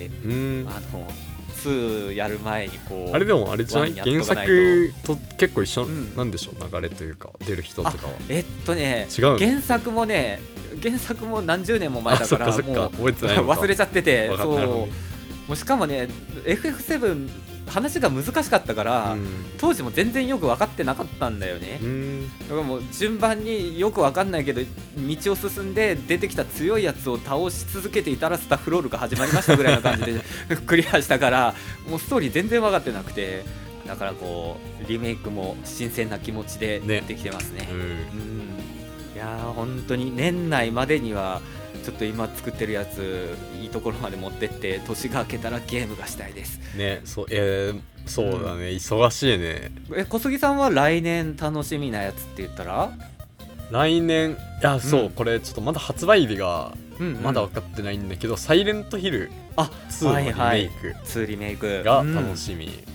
うん、あのにやる前にこうあれでもあれじゃない原作と結構一緒なんでしょ、うん、流れというか出る人とかは。 えっとね違う原作もね原作も何十年も前だからもう覚えてないのか忘れちゃっててそうもうしかもね エフエフセブン話が難しかったから、うん、当時も全然よく分かってなかったんだよね。うんだからもう順番によく分かんないけど道を進んで出てきた強いやつを倒し続けていたらスタッフロールが始まりましたぐらいな感じでクリアしたからもうストーリー全然分かってなくて、だからこうリメイクも新鮮な気持ちでできてますね。ねうんうん、いやー本当に年内までにはちょっと今作ってるやついいところまで持ってって年が明けたらゲームがしたいですね。そう、えー、そうだね、うん、忙しいね。 え小杉さんは来年楽しみなやつって言ったら来年いやそう、うん、これちょっとまだ発売日がまだ分かってないんだけど、うんうん、サイレントヒルツーのリメイク、はいはい、 ツーリメイクが楽しみ、うんうん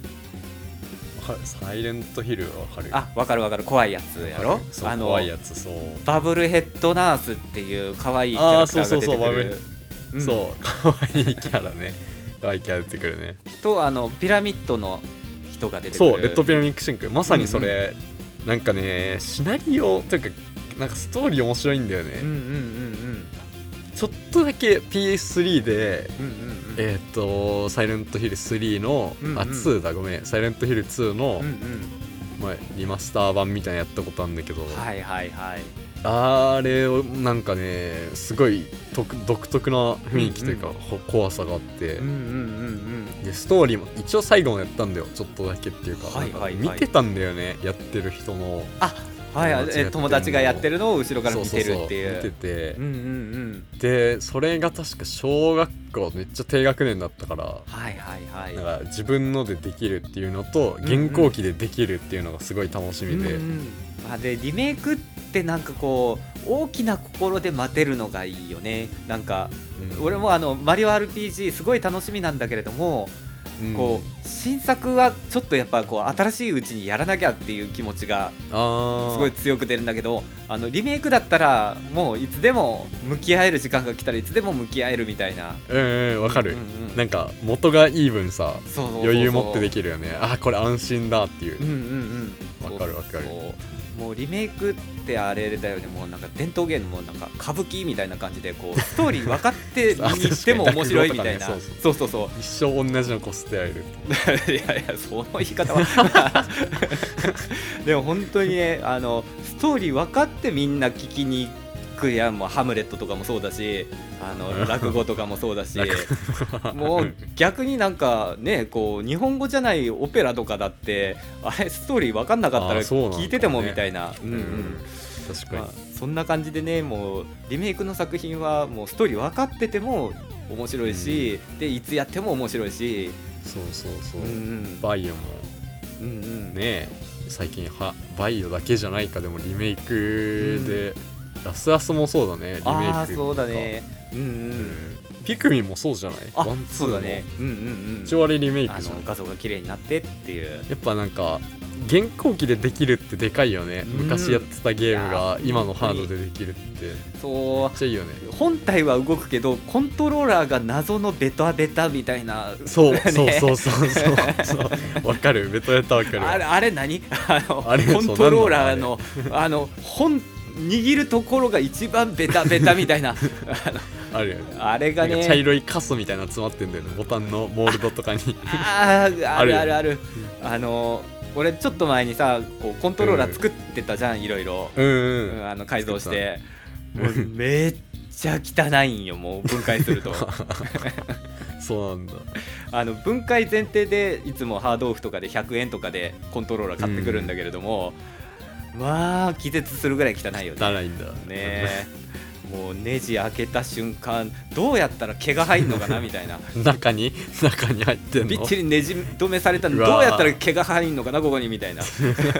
サイレントヒルわかる？ あ、わかるわかる怖いやつやろ？ そうあの怖いやつそうバブルヘッドナースっていう可愛いキャラクターが出てくる。あ、そうそうそうバブル、 うん、そう可愛いキャラね可愛いキャラ出てくるね。 とあのピラミッドの人が出てくる。 そうレッドピラミッドシンクまさにそれ、うんうん、なんかねシナリオというかなんかストーリー面白いんだよね。うんうんうんうんちょっとだけ ピーエススリー で、 うんうんうん、 えっ、ー、とサイレントヒルスリーの、うんうん、あツーだごめんサイレントヒルツーの、うんうん、まあ、リマスター版みたいなやったことあるんだけど、 はいはいはい、 あれをなんかねすごい独特な雰囲気というか、うんうん、怖さがあって、うんうんうんうん、でストーリーも一応最後もやったんだよちょっとだけっていうか、はいはいはい、見てたんだよねやってる人のあはい、え友達がやってるのを後ろから見てるっていう。 そうそうそう見てて、 うんうんうん、 でそれが確か小学校めっちゃ低学年だったから、 はいはいはい、 だから自分のでできるっていうのと現行機でできるっていうのがすごい楽しみで、 うんうん、あでリメイクってなんかこう大きな心で待てるのがいいよね。なんか、うん、俺もあのマリオ アールピージー すごい楽しみなんだけれども、うん、こう新作はちょっとやっぱこう新しいうちにやらなきゃっていう気持ちがすごい強く出るんだけど、あのリメイクだったらもういつでも向き合える時間が来たらいつでも向き合えるみたいな。 うんわかる、うんうん、なんか元がいい分さ余裕持ってできるよね。あこれ安心だっていう。うんうんうん、わかるわかる。 もうリメイクってあれだよね、もうなんか伝統芸能もなんか歌舞伎みたいな感じでこうストーリー分かって見に行っても面白いみたいな、ね、そうそうそう一生同じのこすってやれるいやいやその言い方はでも本当にねあのストーリー分かってみんな聞きに行くやん、もうハムレットとかもそうだしあの落語とかもそうだしもう逆になんかねこう日本語じゃないオペラとかだってあれストーリー分かんなかったら聞いててもみたいな、うんうん、 確かに、まあ、 そんな感じでねもうリメイクの作品はもうストーリー分かってても面白いし、うん、でいつやっても面白いしそうそうそう、うんうん、バイオも、うんうん、ね最近はバイオだけじゃないかでもリメイクで、うん、ラスアスもそうだねリメイクああそうだねうんうん、うん、 ピクミンもそうじゃないあそうだねうんうんうん一応あれリメイクの画像が綺麗になってっていうやっぱなんか現行機でできるってでかいよね、うん、昔やってたゲームが今のハードでできるってそうめっちゃいいよね。 本体は動くけどコントローラーが謎のベタベタみたいなそう、ね、そうそうそうそうわかるベタベタわかるあれあれ何あのあれコントローラーのあの本握るところが一番ベタベタみたいなあるよねあれがね茶色いカスみたいなの詰まってんだよねボタンのモールドとかにあああるあるあるあの俺ちょっと前にさこうコントローラー作ってたじゃん、うん、いろいろ、うんうん、あの改造してもうめっちゃ汚いんよもう分解するとそうなんだあの分解前提でいつもハードオフとかでひゃくえんとかでコントローラー買ってくるんだけれども、うん、まあ気絶するぐらい汚いよね汚いんだねもうネジ開けた瞬間どうやったら毛が入んのかなみたいな中に中に入ってんのびっちりネジ止めされたのどうやったら毛が入んのかなここにみたいな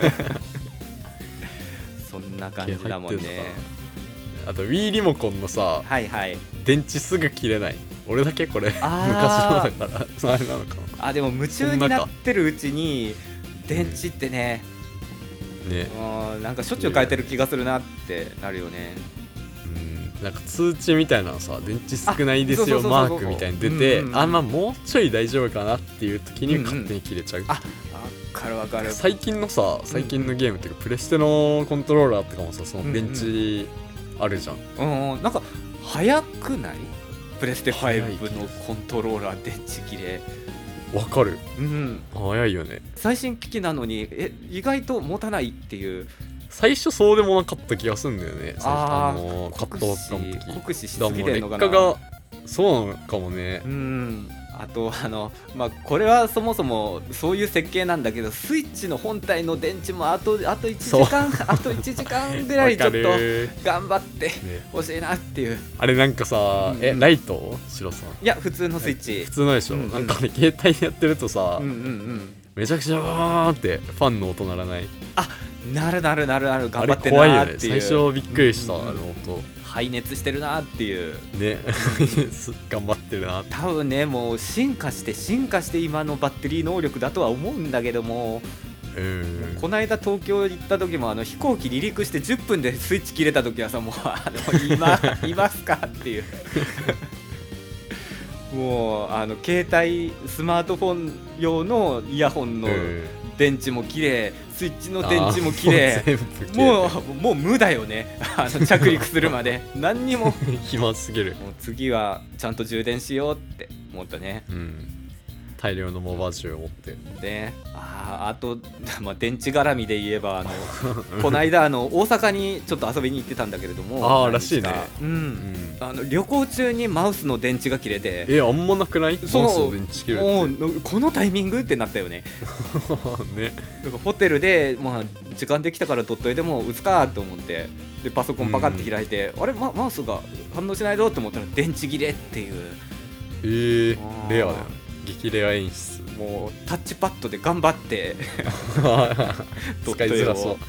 そんな感じだもんね。 あと Wii リモコンのさ、 はいはい、 電池すぐ切れない俺だけこれ昔のだからあれなのかなあでも夢中になってるうちに電池ってね、 うん、ねなんかしょっちゅう変えてる気がするなってなるよね。 なんか通知みたいなのさ電池少ないですよマークみたいに出て、うんうん、あまあもうちょい大丈夫かなっていう時に勝手に切れちゃう、うんうん、あ分かる分かる最近のさ最近のゲームっていうか、うんうん、プレステのコントローラーとかもさその電池あるじゃん、 うんうん、なんか早くないプレステファイブのコントローラー電池切れわかる、 うん、 早いよね最新機器なのにえ意外と持たないっていう最初そうでもなかった気がするんだよねあ、 あのー、カットバッカの時酷使しすぎてんのかな劣化がそうなのかもねうんあとあのまあこれはそもそもそういう設計なんだけどスイッチの本体の電池もあとあといちじかんあといちじかんぐらいちょっと頑張ってほしいなっていう、ね、 あれなんかさ、うん、えライト白さんいや普通のスイッチ普通のでしょ、うんうん、なんかね携帯でやってるとさ、 うんうんうん、 めちゃくちゃバーンってファンの音鳴らないあなるなるなるなる頑張ってるなっていう、 ね、最初びっくりした、うんうん、あの音排熱してるなっていうね頑張ってるな多分ねもう進化して進化して今のバッテリー能力だとは思うんだけども、 うんこの間東京行った時もあの飛行機離陸してじゅっぷんでスイッチ切れた時はさもうあの今いますかっていうもうあの携帯スマートフォン用のイヤホンの電池も綺麗、スイッチの電池も綺麗、もうもう無だよねあの着陸するまで何にも暇すぎる。 もう次はちゃんと充電しようって思ったね。 うん、大量のモバ充を持ってで、ああと、まあ、電池絡みで言えばあのこの間あの大阪にちょっと遊びに行ってたんだけれども、 ああらしいね、 うん、うん、あの旅行中にマウスの電池が切れて、 えあんまなくない？ そう、 マウスの電池切れるってもうこのタイミングってなったよねね、 だからホテルで、まあ、時間できたから取っといても打つかと思って、でパソコンパカって開いて、うん、あれ、ま、マウスが反応しないぞと思ったら電池切れっていう。 えー、レアだよ、激レア演出。 もうタッチパッドで頑張って使いづらそう。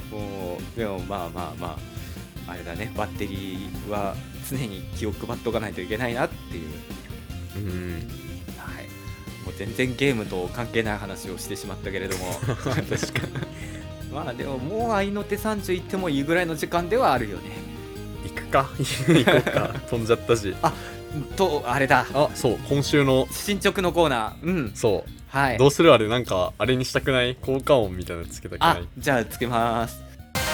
もうでもまあまあまああれだね、バッテリーは常に気を配っとかないといけないなっていう、 うん、 はい、もう全然ゲームと関係ない話をしてしまったけれども確かにまあでももう合いの手さんじゅう行ってもいいぐらいの時間ではあるよね。 行くか行こうか飛んじゃったし。 あとあれだ、 あそう今週の進捗のコーナー、うん、 そう、 はい、 どうするあれ、なんかあれにしたくない？効果音みたいなのつけたくない？ あじゃあつけます。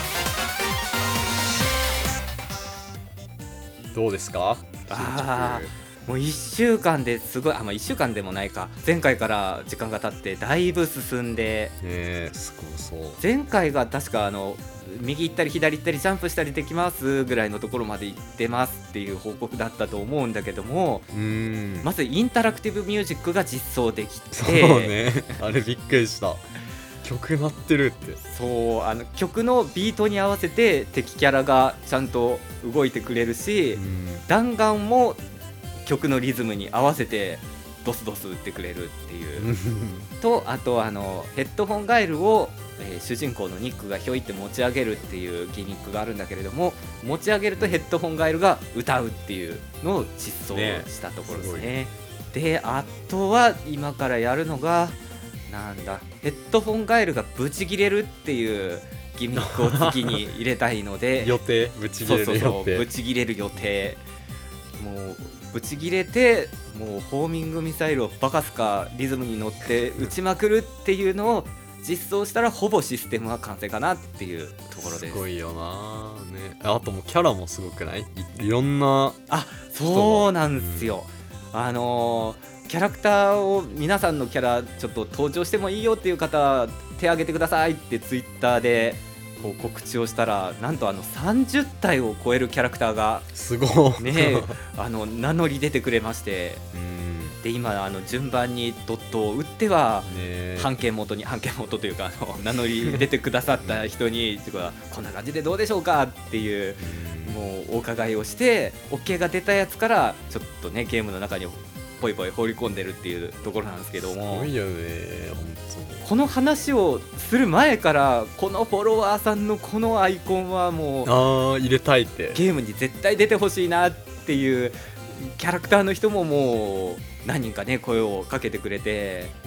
どうですか？ あもういっしゅうかんですごい、あ、まあ、いっしゅうかんでもないか、前回から時間が経ってだいぶ進んで、 ね、すごそう。 前回が確かあの右行ったり左行ったりジャンプしたりできますぐらいのところまで行ってますっていう報告だったと思うんだけども、 うーんまずインタラクティブミュージックが実装できて、 そうねあれびっくりした、曲鳴ってるって。 そうあの曲のビートに合わせて敵キャラがちゃんと動いてくれるし、弾丸も曲のリズムに合わせてドスドス打ってくれるっていうと、あとあのヘッドホンガイルを、えー、主人公のニックがひょいって持ち上げるっていうギミックがあるんだけれども、持ち上げるとヘッドホンガイルが歌うっていうのを実装したところですね。ねであとは今からやるのがなんだ、ヘッドホンガイルがブチ切れるっていうギミックを次に入れたいので予定ブチ切れる予定、そうそうそうブチ切れる予定、もうブチ切れて、もうホーミングミサイルをバカスカリズムに乗って撃ちまくるっていうのを実装したらほぼシステムは完成かなっていうところです。 すごいよな、ね、あともうキャラもすごくない？ い, いろんな、 あそうなんですよ、うん、あのー、キャラクターを皆さんのキャラちょっと登場してもいいよっていう方手挙げてくださいってツイッターでこう告知をしたら、なんとあのさんじゅったいを超えるキャラクターがすごいねあの名乗り出てくれまして、 うん、 で今あの順番にドットを打っては、 ね、 半径元に半径元というかあの名乗り出てくださった人にこんな感じでどうでしょうかっていう、うん、もうお伺いをして OK が出たやつからちょっとねゲームの中にポイポイ放り込んでるっていうところなんですけども、 すごいよね本当。 この話をする前からこのフォロワーさんのこのアイコンはもうあ入れたいってゲームに絶対出てほしいなっていうキャラクターの人ももう何人かね声をかけてくれて、うん、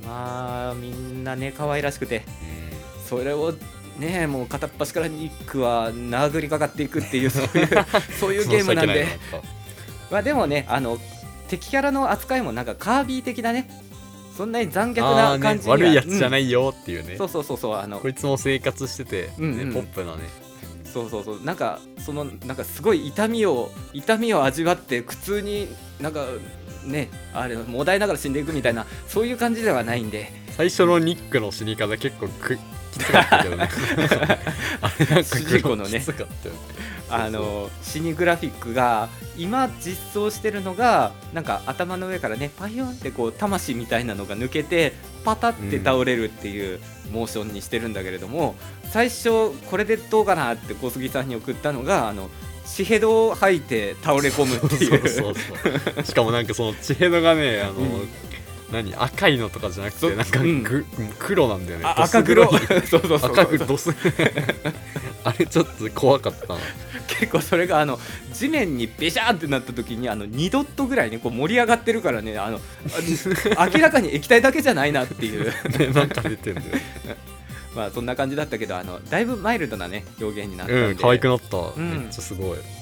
まあみんなね可愛らしくて、うん、それをねもう片っ端からニックは殴りかかっていくっていうそういうそういうゲームなんでまあでもねあの敵キャラの扱いもなんかカービィ的なね、そんなに残虐な感じには、 ね、悪いやつじゃないよっていうね、 うん、そうそうそうそう、あのこいつも生活してて、ねうんうん、ポップなね、 そうそうそう、なんかそのなんかすごい痛みを痛みを味わって苦痛になんかねあれもだえながら死んでいくみたいなそういう感じではないんで、 最初のニックの死に方結構くきつかったけどねあれなんか主人公のねきつかったよねあの死にグラフィックが今実装してるのがなんか頭の上からねパイヨンってこう魂みたいなのが抜けてパタって倒れるっていうモーションにしてるんだけれども、うん、最初これでどうかなって小杉さんに送ったのがあの血ヘドを吐いて倒れ込むっていうそうそうそうしかもなんかその血ヘドがねあの、うん何赤いのとかじゃなくてなんか、うん、黒なんだよね。 赤黒そうそうそうそう赤黒ドスあれちょっと怖かったな。 結構それがあの地面にベシャーってなった時にあのにドットぐらいねこう盛り上がってるからねあの明らかに液体だけじゃないなっていうねなんか出てんだよまあそんな感じだったけどあのだいぶマイルドなね表現になったんで、 うん可愛くなった、うん、めっちゃすごい。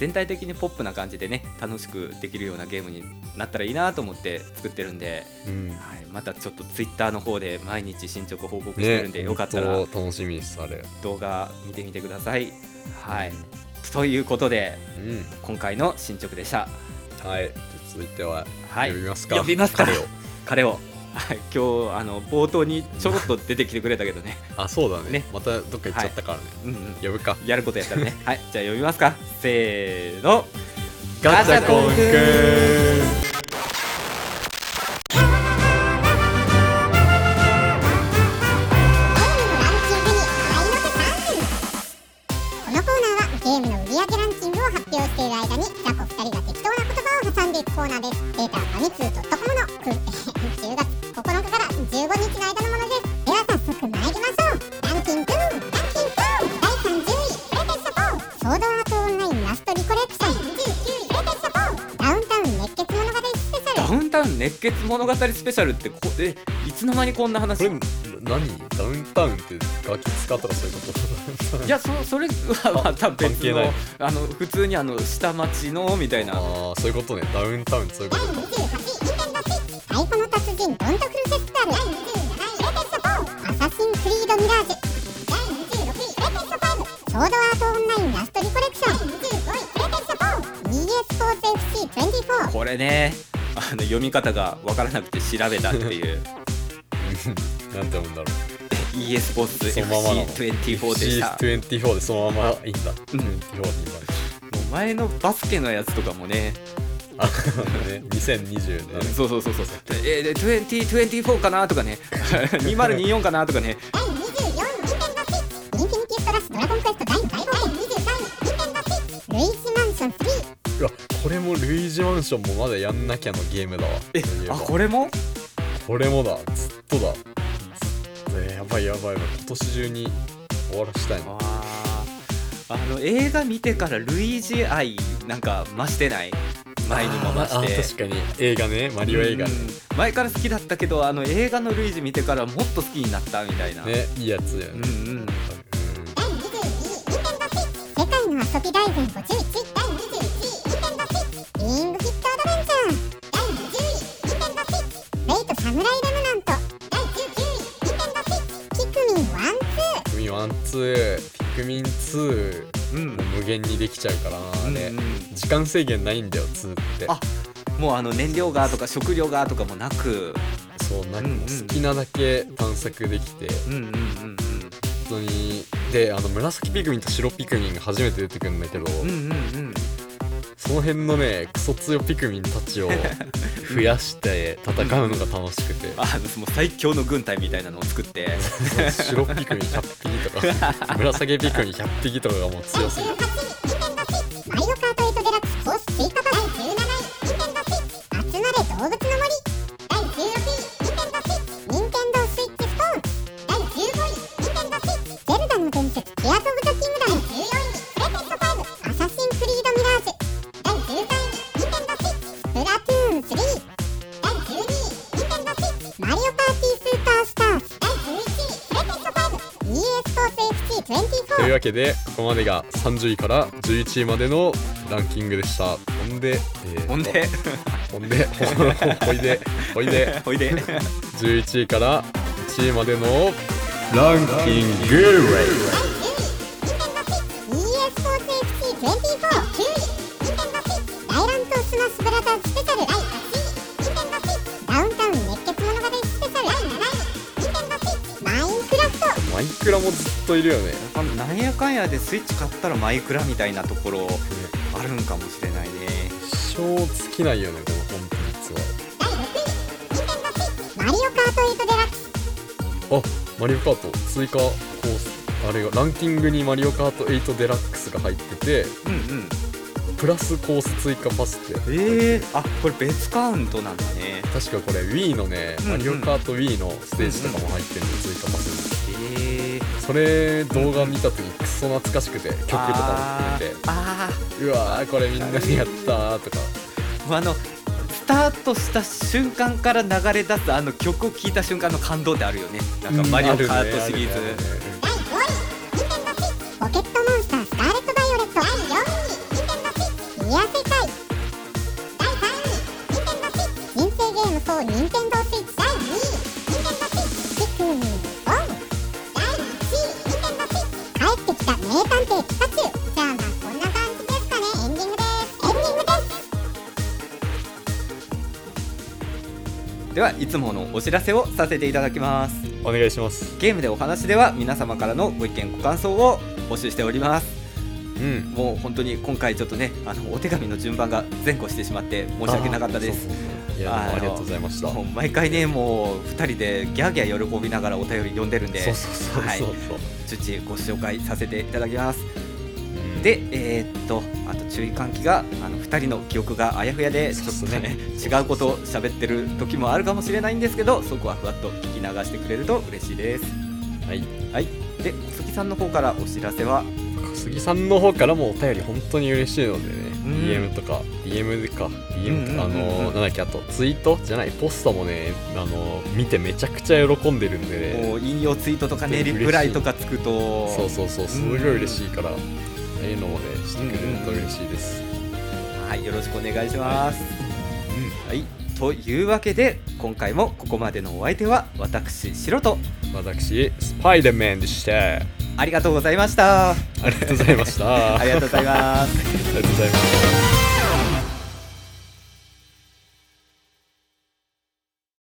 全体的にポップな感じでね楽しくできるようなゲームになったらいいなと思って作ってるんで、 うんはい、またちょっとツイッターの方で毎日進捗報告してるんで、 ね、 よかったら楽しみですあれ動画見てみてください。はい、うん、ということで、 うん、 今回の進捗でした。 はい、続いては、 はい、 呼びますか。 呼びますか。 彼を彼をはい、今日あの冒頭にちょろっと出てきてくれたけどねあ、そうだ ね, ねまたどっか行っちゃったからね、 はい、うんうん、 呼ぶか、 やることやったらねはい、じゃあ呼びますか。せーの、 ガチャコンくん。 ゲームの売り上げランキングを発表している間にザコふたりが適当な言葉を挟んでいくコーナーです。データはファミツー ドットコム のじゅうがつここのかからじゅうごにちの間のものです。では早速参りましょう。ランキングランキングだいさんじゅうい、プレテステフォーソードアートオンラインラストリコレクション。じゅうきゅうい、プレテステフォーダウンタウン熱血物語スペシャル。 ダウンタウン熱血物語スペシャルってこえいつの間にこんな話。 これ何？ダウンタウンってガキ使ったらそういうこといや そ, それはまた別のあの普通にあの下町のみたいな。 ああそういうことね。ダウンタウンそういうことか。 だいにじゅうはちい、インテンダースイッチ太鼓の達人ドントフルフェスティバル。だいにじゅうなない、プレテステフォーアサシンクリードミラージュ。だいにじゅうろくい、プレテステファイブソードアートオンラインラストリコレクション。だいにじゅうごい、プレテステフォー イーエス スポーツ エフシーにじゅうよん。 これねあの読み方がわからなくて調べたっていうなんて読むんだろう。 イーエス スポーツ エフシーにじゅうよん でした。 エフシーにじゅうよん でそのままいいんだ、 うん、 にじゅうよんにもう前のバスケのやつとかもねあねにせんにじゅうねそうそうそうそうえー、にせんにじゅうよんかなとかねにせんにじゅうよんかなとかね。 だいにじゅうよん、ニンテンダースイッチインフィニティストラスドラゴンクエストだいにだいごい。にじゅうさんい、ニンテンダースイッチルイージマンションスリー。 うわこれもルイージマンションもまだやんなきゃのゲームだわ。 えあこれもこれもだずっとだ。やばいやばいやばい今年中に終わらしたいな。 ああの映画見てからルイージ愛なんか増してない？前にも増して。 あ確かに映画ねマリオ映画ね、 うん、前から好きだったけどあの映画のルイージ見てからもっと好きになったみたいなねいいやつだよね。 うんうん、 だいにじゅうにい、ニンテンダースイッチ世界の遊び大全ごじゅういち。だいにじゅういちい、ニンテンダースイッチビーイングフィットアドベンチャー。だいにじゅうい、ニンテンダースイッチレイトサムライレムナント。だいじゅうきゅうい、ニンテンダースイッチピクミンワンツー。 ピクミンワンツーピクミンツー、うん、もう無限にできちゃうからな、ねうんうん、時間制限ないんだよツーって。 あもうあの燃料がとか食料がとかもなくそうなんかもう好きなだけ探索できて、うんうんうんうん、本当にであの紫ピクミンと白ピクミンが初めて出てくるんだけど、うんうんうん、その辺のねクソ強ピクミンたちを増やして戦うのが楽しくてあもう最強の軍隊みたいなのを作って白ピクミンひゃっぴきとか紫ピクミンひゃっぴきとかがもう強すぎる。 マリオカートエイトデラックスコース追加版。だいじゅうなない、ニンテンダースイッチ集まれ動物の森。だいじゅうろくい、ニンテンダースイッチニンテンドースイッチストーン。だいじゅうごい、ニンテンダースイッチゼルダの伝説ティアーズ・オブ・ザ・キングダム。だいじゅうよんい、プレテストファイブアサシンクリード・ミラージュ。だいじゅうさんい、ニンテンダースイッチスプラトゥーンスリー。だいじゅうにい、ニンテンダースイッチマリオパーティースーパースターズ。だいじゅういちい、プレテストファイブ イーエス スポーツ エフシーにじゅうよん。 というわけでここまでがさんじゅういからじゅういちいまでのランキングでした。ほんで、 えー、ほんでほんでほいでほいでほいでじゅういちいからいちいまでのランキング。イーエス スポーツ エフシーにじゅうよん。きゅうい、ニンテンダースイッチ大乱闘スマッシュブラザーズスペシャル。だいはちい、ニンテンダースイッチダウンタウン熱血物語スペシャル。だいなない、ニンテンダースイッチマインクラフト。 マイクラもずっといるよね。 なんやかんやでスイッチ買ったらマイクラみたいなところあるんかもしれないね。 一生尽きないよねこのコンテンツは。 だいろくい、ニンテンダースイッチマリオカートエイトデラックス。 あマリオカート追加コースあれがランキングにマリオカートエイトデラックスが入ってて、うんうん、プラスコース追加パスってえー、あこれ別カウントなんだね。 確かこれ Wii のね、うんうん、マリオカート Wii のステージとかも入ってるの、うんうん、追加パスに。えー、それ動画見た時クソ懐かしくて曲とかも含めてあーうわーこれみんなにやったーとかあのスタートした瞬間から流れ出すあの曲を聴いた瞬間の感動ってあるよね。なんかマリオカートシリーズ、うんねね、 だいごい、ニンテンダースイッチポケットモンスタースカーレット・バイオレット。だいよんい、ニンテンダースイッチはいつものお知らせをさせていただきます。 お願いします。 ゲームでお話では皆様からのご意見ご感想を募集しております。 うん、 もう本当に今回ちょっとね、あのお手紙の順番が前後してしまって申し訳なかったです。 そうそうそう、いやありがとうございました。 もう毎回ね、もうふたりでギャーギャー喜びながらお便り読んでるんで、 そうそうそうそう、はい、 順次ご紹介させていただきます。うん、で、えー、っとあと注意喚起が、あのふたりの記憶があやふやでちょっとね、違うことを喋ってる時もあるかもしれないんですけど、そこはふわっと聞き流してくれると嬉しいです。 はい、 はい、で小杉さんの方からお知らせは。 小杉さんの方からもお便り本当に嬉しいのでね、うん、ディーエム とか ディーエム か ディーエム とか、あのなんだっけ、あとツイートじゃないポストもね、あの見てめちゃくちゃ喜んでるんでね、 もう引用ツイートとかね、リプライとかつくと、 そうそうそう、すごい嬉しいから、ああいうのもねしてくれると嬉しいです。 はい、よろしくお願いします。 はい、 はい、というわけで今回もここまでのお相手は私シロと私スパイダーマンでした。 ありがとうございました。 ありがとうございました。 ありがとうございます。 ありがとうございます。